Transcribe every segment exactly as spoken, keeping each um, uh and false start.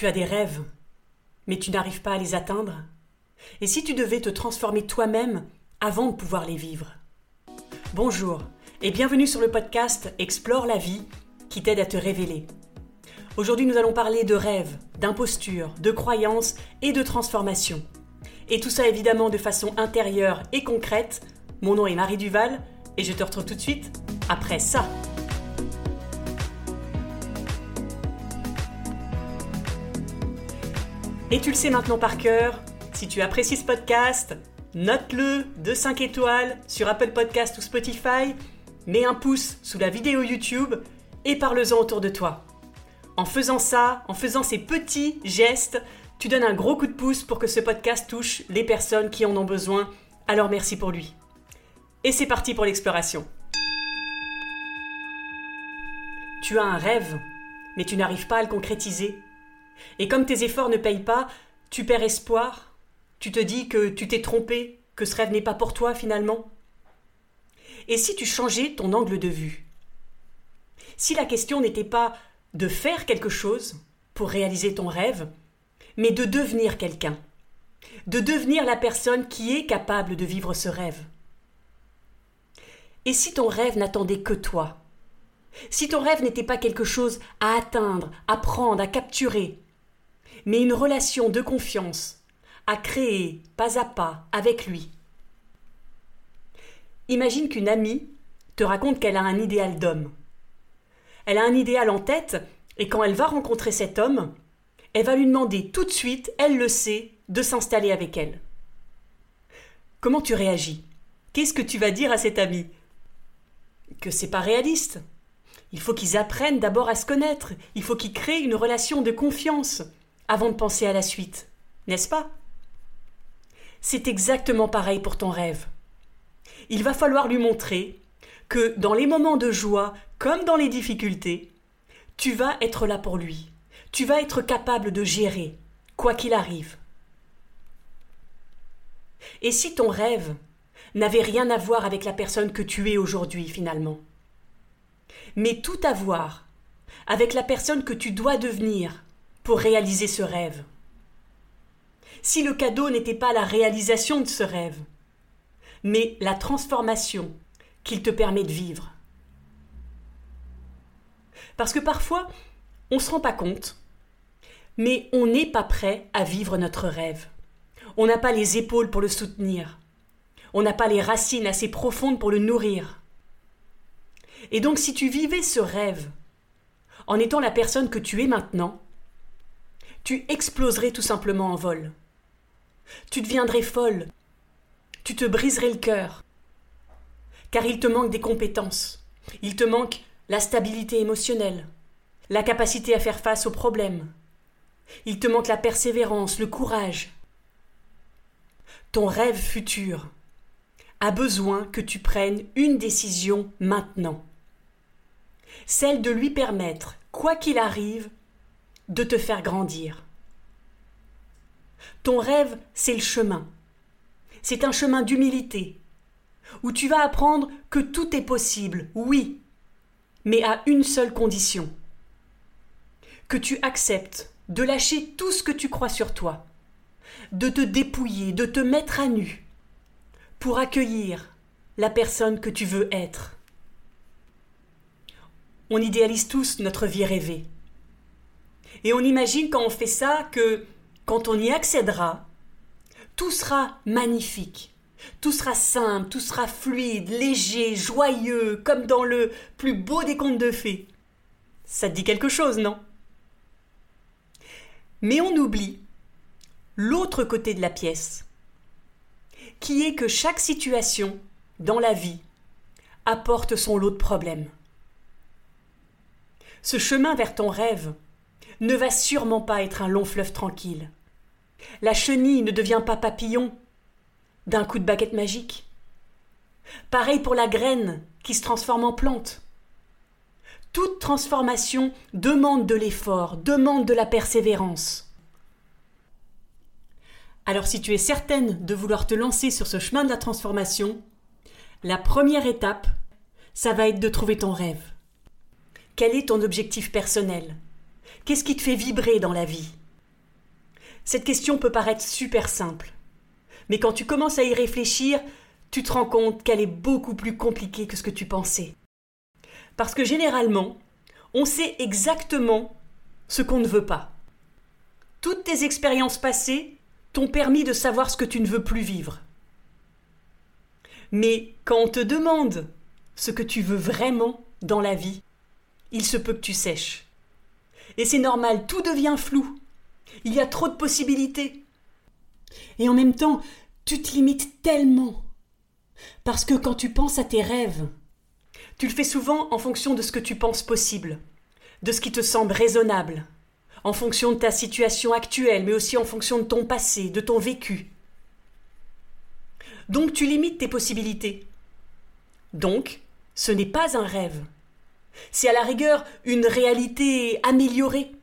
Tu as des rêves, mais tu n'arrives pas à les atteindre? Et si tu devais te transformer toi-même avant de pouvoir les vivre? Bonjour et bienvenue sur le podcast Explore la vie qui t'aide à te révéler. Aujourd'hui, nous allons parler de rêves, d'imposture, de croyances et de transformation. Et tout ça évidemment de façon intérieure et concrète. Mon nom est Marie Duval et je te retrouve tout de suite après ça. Et tu le sais maintenant par cœur, si tu apprécies ce podcast, note-le de cinq étoiles sur Apple Podcast ou Spotify, mets un pouce sous la vidéo YouTube et parle-en autour de toi. En faisant ça, en faisant ces petits gestes, tu donnes un gros coup de pouce pour que ce podcast touche les personnes qui en ont besoin, alors merci pour lui. Et c'est parti pour l'exploration. Tu as un rêve, mais tu n'arrives pas à le concrétiser. Et comme tes efforts ne payent pas, tu perds espoir, tu te dis que tu t'es trompé, que ce rêve n'est pas pour toi finalement. Et si tu changeais ton angle de vue? Si la question n'était pas de faire quelque chose pour réaliser ton rêve, mais de devenir quelqu'un, de devenir la personne qui est capable de vivre ce rêve. Et si ton rêve n'attendait que toi? Si ton rêve n'était pas quelque chose à atteindre, à prendre, à capturer, mais une relation de confiance à créer pas à pas avec lui. Imagine qu'une amie te raconte qu'elle a un idéal d'homme. Elle a un idéal en tête et quand elle va rencontrer cet homme, elle va lui demander tout de suite, elle le sait, de s'installer avec elle. Comment tu réagis? Qu'est-ce que tu vas dire à cet ami? Que c'est pas réaliste. Il faut qu'ils apprennent d'abord à se connaître. Il faut qu'ils créent une relation de confiance avant de penser à la suite. N'est-ce pas? C'est exactement pareil pour ton rêve. Il va falloir lui montrer que dans les moments de joie comme dans les difficultés, tu vas être là pour lui. Tu vas être capable de gérer, quoi qu'il arrive. Et si ton rêve n'avait rien à voir avec la personne que tu es aujourd'hui finalement, mais tout à voir avec la personne que tu dois devenir pour réaliser ce rêve. Si le cadeau n'était pas la réalisation de ce rêve, mais la transformation qu'il te permet de vivre. Parce que parfois, on ne se rend pas compte, mais on n'est pas prêt à vivre notre rêve. On n'a pas les épaules pour le soutenir. On n'a pas les racines assez profondes pour le nourrir. Et donc si tu vivais ce rêve en étant la personne que tu es maintenant, tu exploserais tout simplement en vol. Tu deviendrais folle. Tu te briserais le cœur. Car il te manque des compétences. Il te manque la stabilité émotionnelle, la capacité à faire face aux problèmes. Il te manque la persévérance, le courage. Ton rêve futur a besoin que tu prennes une décision maintenant. Celle de lui permettre, quoi qu'il arrive, de te faire grandir. Ton rêve, c'est le chemin. C'est un chemin d'humilité, où tu vas apprendre que tout est possible, oui, mais à une seule condition. Que tu acceptes de lâcher tout ce que tu crois sur toi, de te dépouiller, de te mettre à nu, pour accueillir la personne que tu veux être. On idéalise tous notre vie rêvée. Et on imagine quand on fait ça que, quand on y accédera, tout sera magnifique. Tout sera simple, tout sera fluide, léger, joyeux, comme dans le plus beau des contes de fées. Ça te dit quelque chose, non? Mais on oublie l'autre côté de la pièce, qui est que chaque situation dans la vie apporte son lot de problèmes. Ce chemin vers ton rêve ne va sûrement pas être un long fleuve tranquille. La chenille ne devient pas papillon d'un coup de baguette magique. Pareil pour la graine qui se transforme en plante. Toute transformation demande de l'effort, demande de la persévérance. Alors si tu es certaine de vouloir te lancer sur ce chemin de la transformation, la première étape, ça va être de trouver ton rêve. Quel est ton objectif personnel? Qu'est-ce qui te fait vibrer dans la vie? Cette question peut paraître super simple. Mais quand tu commences à y réfléchir, tu te rends compte qu'elle est beaucoup plus compliquée que ce que tu pensais. Parce que généralement, on sait exactement ce qu'on ne veut pas. Toutes tes expériences passées t'ont permis de savoir ce que tu ne veux plus vivre. Mais quand on te demande ce que tu veux vraiment dans la vie, il se peut que tu sèches. Et c'est normal, tout devient flou. Il y a trop de possibilités. Et en même temps, tu te limites tellement. Parce que quand tu penses à tes rêves, tu le fais souvent en fonction de ce que tu penses possible, de ce qui te semble raisonnable, en fonction de ta situation actuelle, mais aussi en fonction de ton passé, de ton vécu. Donc tu limites tes possibilités. Donc, ce n'est pas un rêve. C'est à la rigueur une réalité améliorée.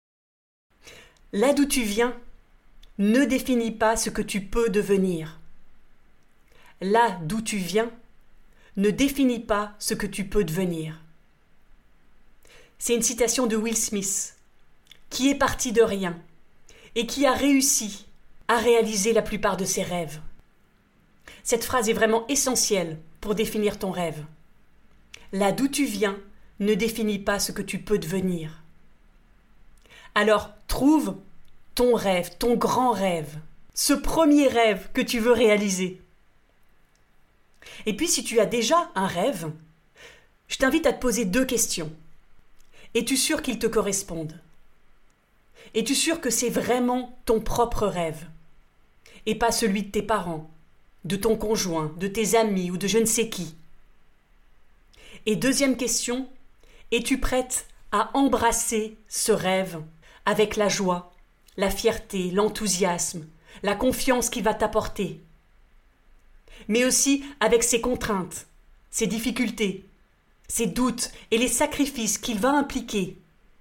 Là d'où tu viens, ne définis pas ce que tu peux devenir. Là d'où tu viens, ne définis pas ce que tu peux devenir. C'est une citation de Will Smith, qui est parti de rien et qui a réussi à réaliser la plupart de ses rêves. Cette phrase est vraiment essentielle pour définir ton rêve. Là d'où tu viens, ne définis pas ce que tu peux devenir. Alors, trouve ton rêve, ton grand rêve, ce premier rêve que tu veux réaliser. Et puis, si tu as déjà un rêve, je t'invite à te poser deux questions. Es-tu sûr qu'ils te correspondent ? Es-tu sûr que c'est vraiment ton propre rêve et pas celui de tes parents, de ton conjoint, de tes amis ou de je ne sais qui ? Et deuxième question, es-tu prête à embrasser ce rêve avec la joie, la fierté, l'enthousiasme, la confiance qu'il va t'apporter, mais aussi avec ses contraintes, ses difficultés, ses doutes et les sacrifices qu'il va impliquer?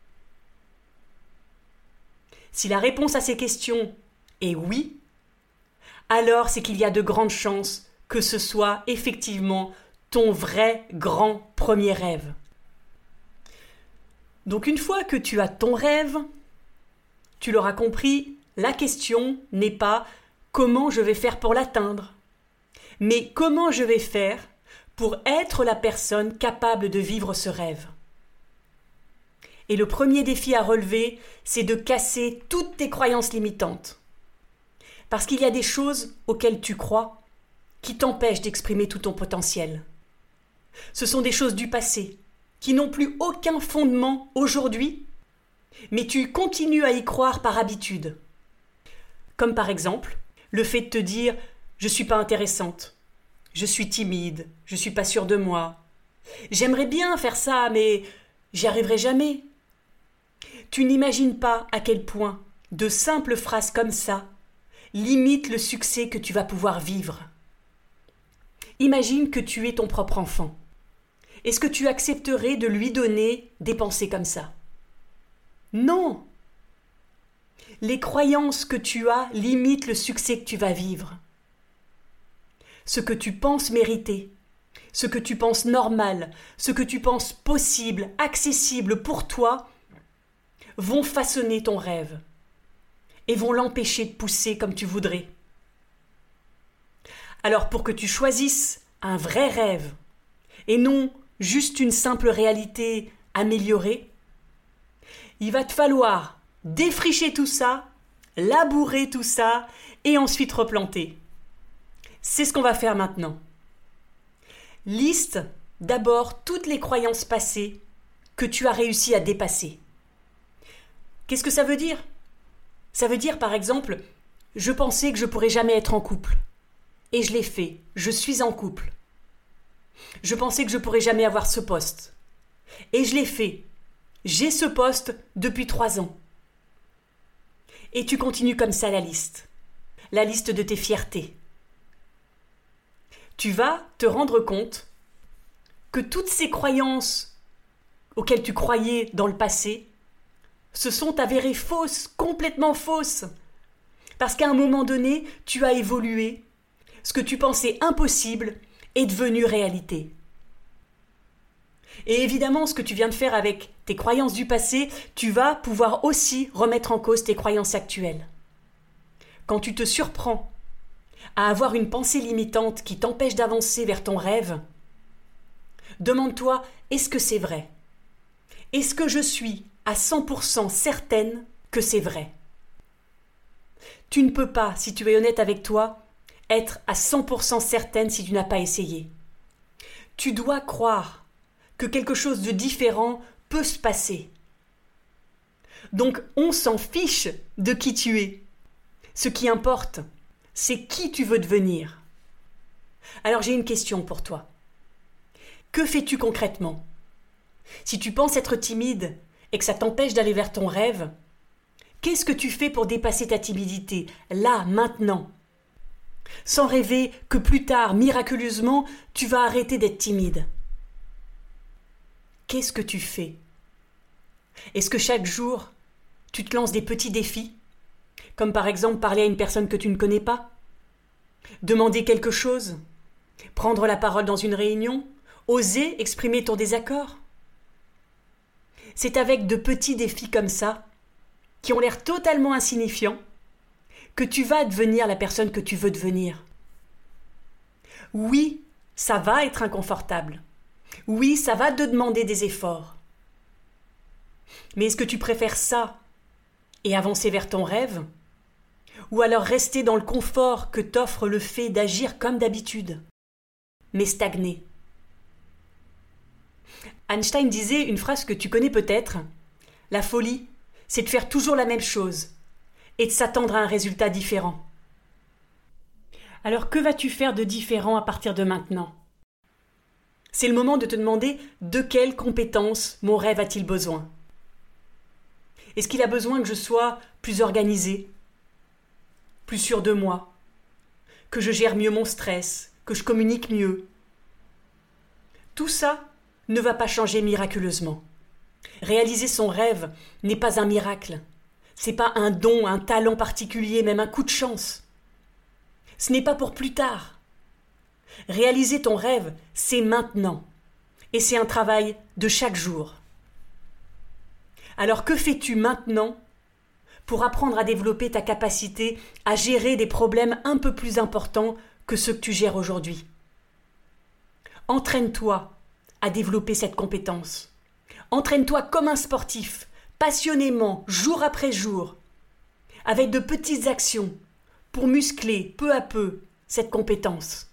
Si la réponse à ces questions est oui, alors c'est qu'il y a de grandes chances que ce soit effectivement ton vrai grand premier rêve. Donc une fois que tu as ton rêve, tu l'auras compris, la question n'est pas comment je vais faire pour l'atteindre, mais comment je vais faire pour être la personne capable de vivre ce rêve. Et le premier défi à relever, c'est de casser toutes tes croyances limitantes. Parce qu'il y a des choses auxquelles tu crois qui t'empêchent d'exprimer tout ton potentiel. Ce sont des choses du passé, qui n'ont plus aucun fondement aujourd'hui, mais tu continues à y croire par habitude. Comme par exemple, le fait de te dire « je ne suis pas intéressante, je suis timide, je ne suis pas sûre de moi, j'aimerais bien faire ça, mais j'y arriverai jamais ». Tu n'imagines pas à quel point de simples phrases comme ça limitent le succès que tu vas pouvoir vivre. Imagine que tu es ton propre enfant. Est-ce que tu accepterais de lui donner des pensées comme ça ? Non ! Les croyances que tu as limitent le succès que tu vas vivre. Ce que tu penses mériter, ce que tu penses normal, ce que tu penses possible, accessible pour toi, vont façonner ton rêve et vont l'empêcher de pousser comme tu voudrais. Alors pour que tu choisisses un vrai rêve et non juste une simple réalité améliorée, il va te falloir défricher tout ça, labourer tout ça et ensuite replanter. C'est ce qu'on va faire maintenant. Liste d'abord toutes les croyances passées que tu as réussi à dépasser. Qu'est-ce que ça veut dire ? Ça veut dire par exemple, je pensais que je pourrais jamais être en couple. Et je l'ai fait, je suis en couple. Je pensais que je pourrais jamais avoir ce poste. Et je l'ai fait. J'ai ce poste depuis trois ans. Et tu continues comme ça la liste. La liste de tes fiertés. Tu vas te rendre compte que toutes ces croyances auxquelles tu croyais dans le passé se sont avérées fausses, complètement fausses. Parce qu'à un moment donné, tu as évolué. Ce que tu pensais impossible est devenu réalité. Et évidemment, ce que tu viens de faire avec tes croyances du passé, tu vas pouvoir aussi remettre en cause tes croyances actuelles. quand tu te surprends à avoir une pensée limitante qui t'empêche d'avancer vers ton rêve, demande-toi, est-ce que c'est vrai ? Est-ce que je suis à cent pour cent certaine que c'est vrai ? Tu ne peux pas, si tu es honnête avec toi, être à cent pour cent certaine si tu n'as pas essayé. Tu dois croire que quelque chose de différent peut se passer. Donc on s'en fiche de qui tu es. Ce qui importe, c'est qui tu veux devenir. Alors j'ai une question pour toi. Que fais-tu concrètement ? Si tu penses être timide et que ça t'empêche d'aller vers ton rêve, qu'est-ce que tu fais pour dépasser ta timidité, là, maintenant ? Sans rêver que plus tard, miraculeusement, tu vas arrêter d'être timide. Qu'est-ce que tu fais ? Est-ce que chaque jour, tu te lances des petits défis ? Comme par exemple parler à une personne que tu ne connais pas ? Demander quelque chose ? Prendre la parole dans une réunion ? Oser exprimer ton désaccord ? C'est avec de petits défis comme ça, qui ont l'air totalement insignifiants, que tu vas devenir la personne que tu veux devenir. Oui, ça va être inconfortable. Oui, ça va te demander des efforts. Mais est-ce que tu préfères ça et avancer vers ton rêve ? Ou alors rester dans le confort que t'offre le fait d'agir comme d'habitude, mais stagner ? Einstein disait une phrase que tu connais peut-être. La folie, c'est de faire toujours la même chose et de s'attendre à un résultat différent. Alors que vas-tu faire de différent à partir de maintenant ? C'est le moment de te demander de quelles compétences mon rêve a-t-il besoin ? Est-ce qu'il a besoin que je sois plus organisée, plus sûre de moi, que je gère mieux mon stress, que je communique mieux ? Tout ça ne va pas changer miraculeusement. Réaliser son rêve n'est pas un miracle. C'est pas un don, un talent particulier, même un coup de chance. Ce n'est pas pour plus tard. Réaliser ton rêve, c'est maintenant. Et c'est un travail de chaque jour. Alors que fais-tu maintenant pour apprendre à développer ta capacité à gérer des problèmes un peu plus importants que ceux que tu gères aujourd'hui ? Entraîne-toi à développer cette compétence. Entraîne-toi comme un sportif, passionnément, jour après jour, avec de petites actions pour muscler peu à peu cette compétence.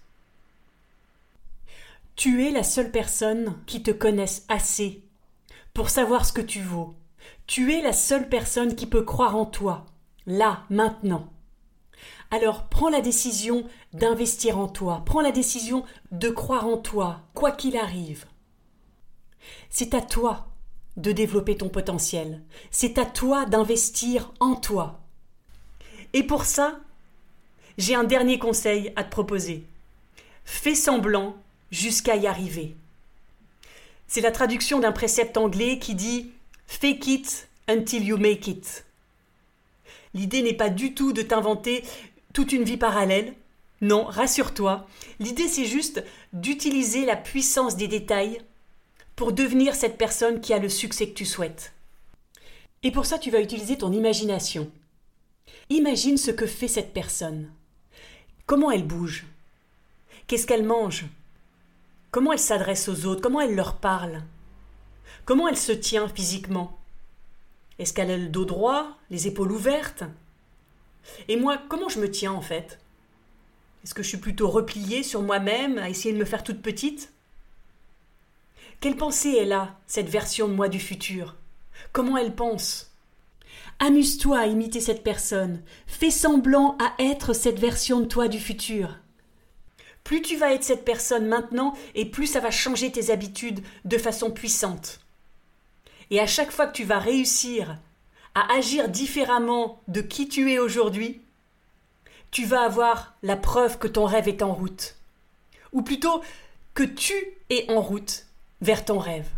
Tu es la seule personne qui te connaisse assez pour savoir ce que tu vaux. Tu es la seule personne qui peut croire en toi, là, maintenant. Alors prends la décision d'investir en toi, prends la décision de croire en toi, quoi qu'il arrive. C'est à toi de développer ton potentiel. C'est à toi d'investir en toi. Et pour ça, j'ai un dernier conseil à te proposer. Fais semblant jusqu'à y arriver. C'est la traduction d'un précepte anglais qui dit « Fake it until you make it ». L'idée n'est pas du tout de t'inventer toute une vie parallèle. Non, rassure-toi. L'idée, c'est juste d'utiliser la puissance des détails pour devenir cette personne qui a le succès que tu souhaites. Et pour ça, tu vas utiliser ton imagination. Imagine ce que fait cette personne. Comment elle bouge ? Qu'est-ce qu'elle mange ? Comment elle s'adresse aux autres ? Comment elle leur parle ? Comment elle se tient physiquement ? Est-ce qu'elle a le dos droit, les épaules ouvertes ? Et moi, comment je me tiens en fait ? Est-ce que je suis plutôt repliée sur moi-même, à essayer de me faire toute petite ? Quelle pensée est là, cette version de moi du futur ? Comment elle pense ? Amuse-toi à imiter cette personne. Fais semblant à être cette version de toi du futur. Plus tu vas être cette personne maintenant, et plus ça va changer tes habitudes de façon puissante. Et à chaque fois que tu vas réussir à agir différemment de qui tu es aujourd'hui, tu vas avoir la preuve que ton rêve est en route. Ou plutôt, que tu es en route vers ton rêve.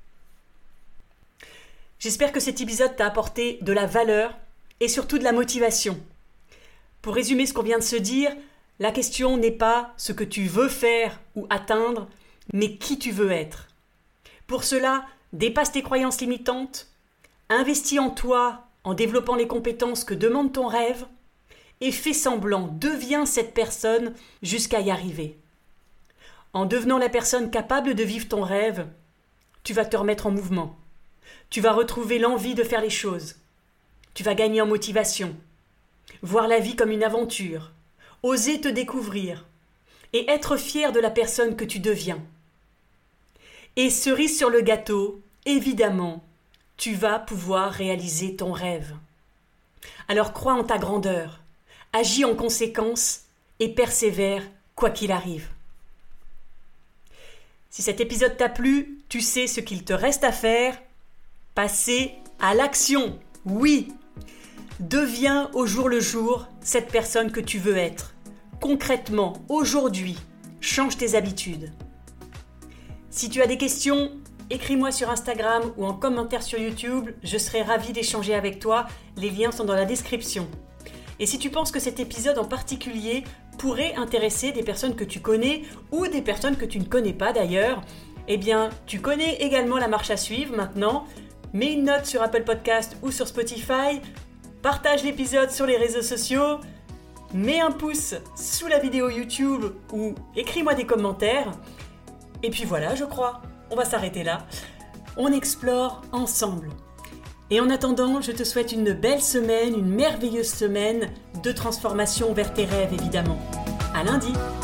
J'espère que cet épisode t'a apporté de la valeur et surtout de la motivation. Pour résumer ce qu'on vient de se dire, la question n'est pas ce que tu veux faire ou atteindre, mais qui tu veux être. Pour cela, dépasse tes croyances limitantes, investis en toi en développant les compétences que demande ton rêve et fais semblant, deviens cette personne jusqu'à y arriver. En devenant la personne capable de vivre ton rêve, tu vas te remettre en mouvement. Tu vas retrouver l'envie de faire les choses. Tu vas gagner en motivation, voir la vie comme une aventure, oser te découvrir et être fier de la personne que tu deviens. Et cerise sur le gâteau, évidemment, tu vas pouvoir réaliser ton rêve. Alors crois en ta grandeur, agis en conséquence et persévère quoi qu'il arrive. Si cet épisode t'a plu, tu sais ce qu'il te reste à faire. Passer à l'action, oui. Deviens au jour le jour cette personne que tu veux être. Concrètement, aujourd'hui, change tes habitudes. Si tu as des questions, écris-moi sur Instagram ou en commentaire sur YouTube, je serai ravie d'échanger avec toi. Les liens sont dans la description. Et si tu penses que cet épisode en particulier pourrait intéresser des personnes que tu connais ou des personnes que tu ne connais pas d'ailleurs, eh bien, tu connais également la marche à suivre maintenant. Mets une note sur Apple Podcast ou sur Spotify, partage l'épisode sur les réseaux sociaux, mets un pouce sous la vidéo YouTube ou écris-moi des commentaires. Et puis voilà, je crois, on va s'arrêter là. On explore ensemble. Et en attendant, je te souhaite une belle semaine, une merveilleuse semaine de transformation vers tes rêves évidemment. À lundi!